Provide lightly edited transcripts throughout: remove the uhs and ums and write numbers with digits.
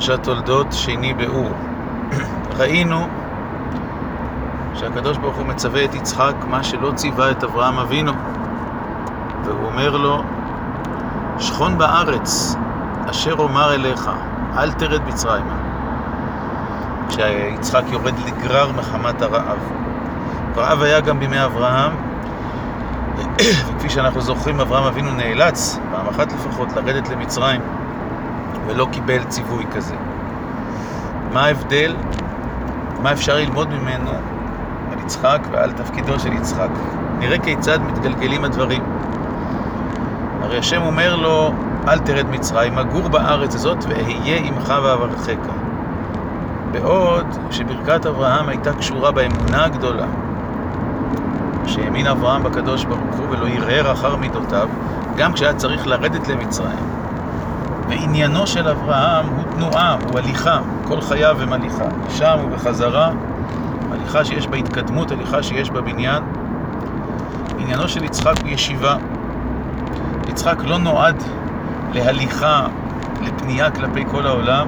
פרשת תולדות שני באור. ראינו שהקדוש ברוך הוא מצווה את יצחק מה שלא ציווה את אברהם אבינו, והוא אומר לו, שכון בארץ אשר אומר אליך, אל תרד מצרימה. כשיצחק יורד לגרר מחמת הרעב. רעב היה גם בימי אברהם, וכפי שאנחנו זוכרים, אברהם אבינו נאלץ פעם אחת לפחות לרדת למצרים, ולא קיבל ציווי כזה. מה ההבדל? מה אפשר ללמוד ממנו על יצחק ועל תפקידו של יצחק? נראה כיצד מתגלגלים הדברים. הרי השם אומר לו, אל תרד מצרים, גור בארץ הזאת ואהיה עמך ואברכך. בעוד שברכת אברהם הייתה קשורה באמונה הגדולה, שהאמין אברהם בקדוש ברוך הוא ולא ירהר אחר מידותיו, גם כשהיה צריך לרדת למצרים. ועניינו של אברהם הוא תנועה, הוא הליכה, כל חייו הם הליכה, שם ובחזרה, הליכה שיש בה התקדמות, הליכה שיש בה בניין. עניינו של יצחק הוא ישיבה. יצחק לא נועד להליכה, לפנייה כלפי כל העולם,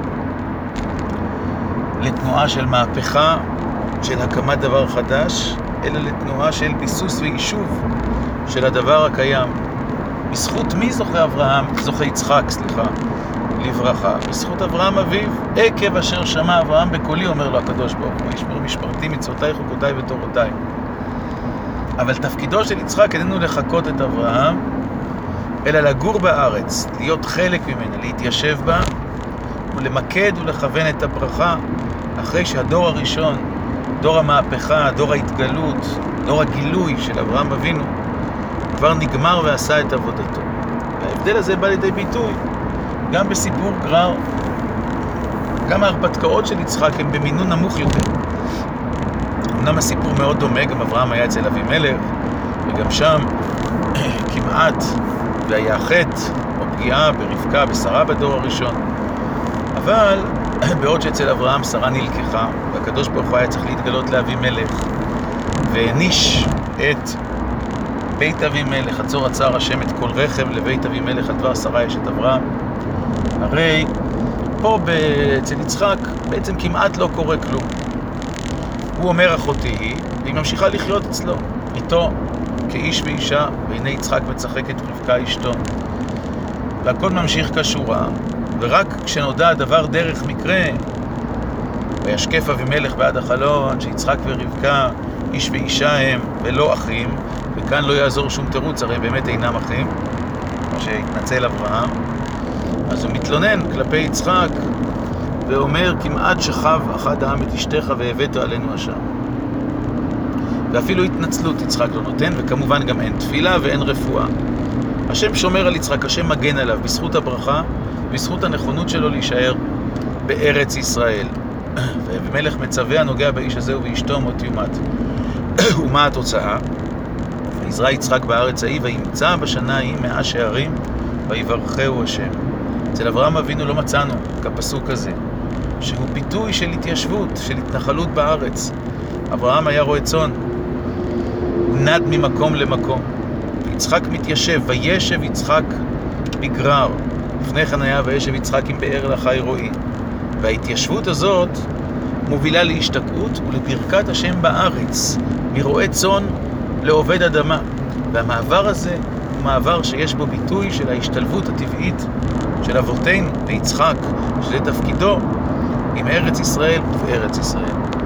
לתנועה של מהפכה, של הקמת דבר חדש, אלא לתנועה של ביסוס ויישוב של הדבר הקיים. בזכות מי זוכה יצחק, לברכה? בזכות אברהם אביו, עקב אשר שמע אברהם בקולי, אומר לו הקדוש ברוך הוא, ישמור משפרתי מצוותיי חוקותיי ותורותיי. אבל תפקידו של יצחק איננו לחכות את אברהם, אלא לגור בארץ, להיות חלק ממנה, להתיישב בה, ולמקד ולכוון את הברכה, אחרי שהדור הראשון, דור המהפכה, דור ההתגלות, דור הגילוי של אברהם אבינו, כבר נגמר ועשה את עבודתו. וההבדל הזה בא לידי ביטוי גם בסיפור גרר. גם ההרפתקאות של יצחק הם במינון נמוך יותר. אמנם הסיפור מאוד דומה, גם אברהם היה אצל אבימלך, וגם שם כמעט והיה חטא או פגיעה ברבקה, בשרה בדור הראשון. אבל בעוד שאצל אברהם שרה נלקחה, והקדוש ברוך הוא היה צריך להתגלות לאבימלך, והניש את בית אבימלך, עצור עצר השם את כל רכב לבית אבימלך על דבר שרה אשת אברהם. הרי פה אצל יצחק בעצם כמעט לא קורה כלום. הוא אומר אחותי היא, והיא ממשיכה לחיות אצלו, איתו, כאיש ואישה, והנה יצחק מצחק את רבקה אשתו. והכל ממשיך כשורה, ורק כשנודע הדבר דרך מקרה, וישקף אבימלך בעד החלון, שיצחק ורבקה איש ואישה הם ולא אחים, וכאן לא יעזור שום תירוץ, הרי באמת אינם אחים, כמו שהתנצל אברהם. אז הוא מתלונן כלפי יצחק, ואומר, כמעט שכב אחד העם את אשתך והבאת עלינו אשם. ואפילו התנצלות יצחק לא נותן, וכמובן גם אין תפילה ואין רפואה. השם שומר על יצחק, השם מגן עליו, בזכות הברכה, בזכות הנכונות שלו להישאר בארץ ישראל. ואבימלך מצווה הנוגע באיש הזה ובאשתו מות יומת. ומה התוצאה? ויזרע יצחק בארץ ההיא, וימצא בשנה ההיא 100 שערים, ויברכהו השם. אצל אברהם אבינו לא מצאנו כפסוק הזה, שהוא ביטוי של התיישבות, של התנחלות בארץ. אברהם היה רועה צאן, הוא נד ממקום למקום. יצחק מתיישב, וישב יצחק בגרר. לפני כן היה וישב יצחק עם באר לחי רועי. וההתיישבות הזאת מובילה להשתקעות ולברכת השם בארץ, מרועה צאן לעובד אדמה. והמעבר הזה הוא מעבר שיש בו ביטוי של ההשתלבות הטבעית של אבותינו ויצחק, שזה תפקידו עם ארץ ישראל ובארץ ישראל.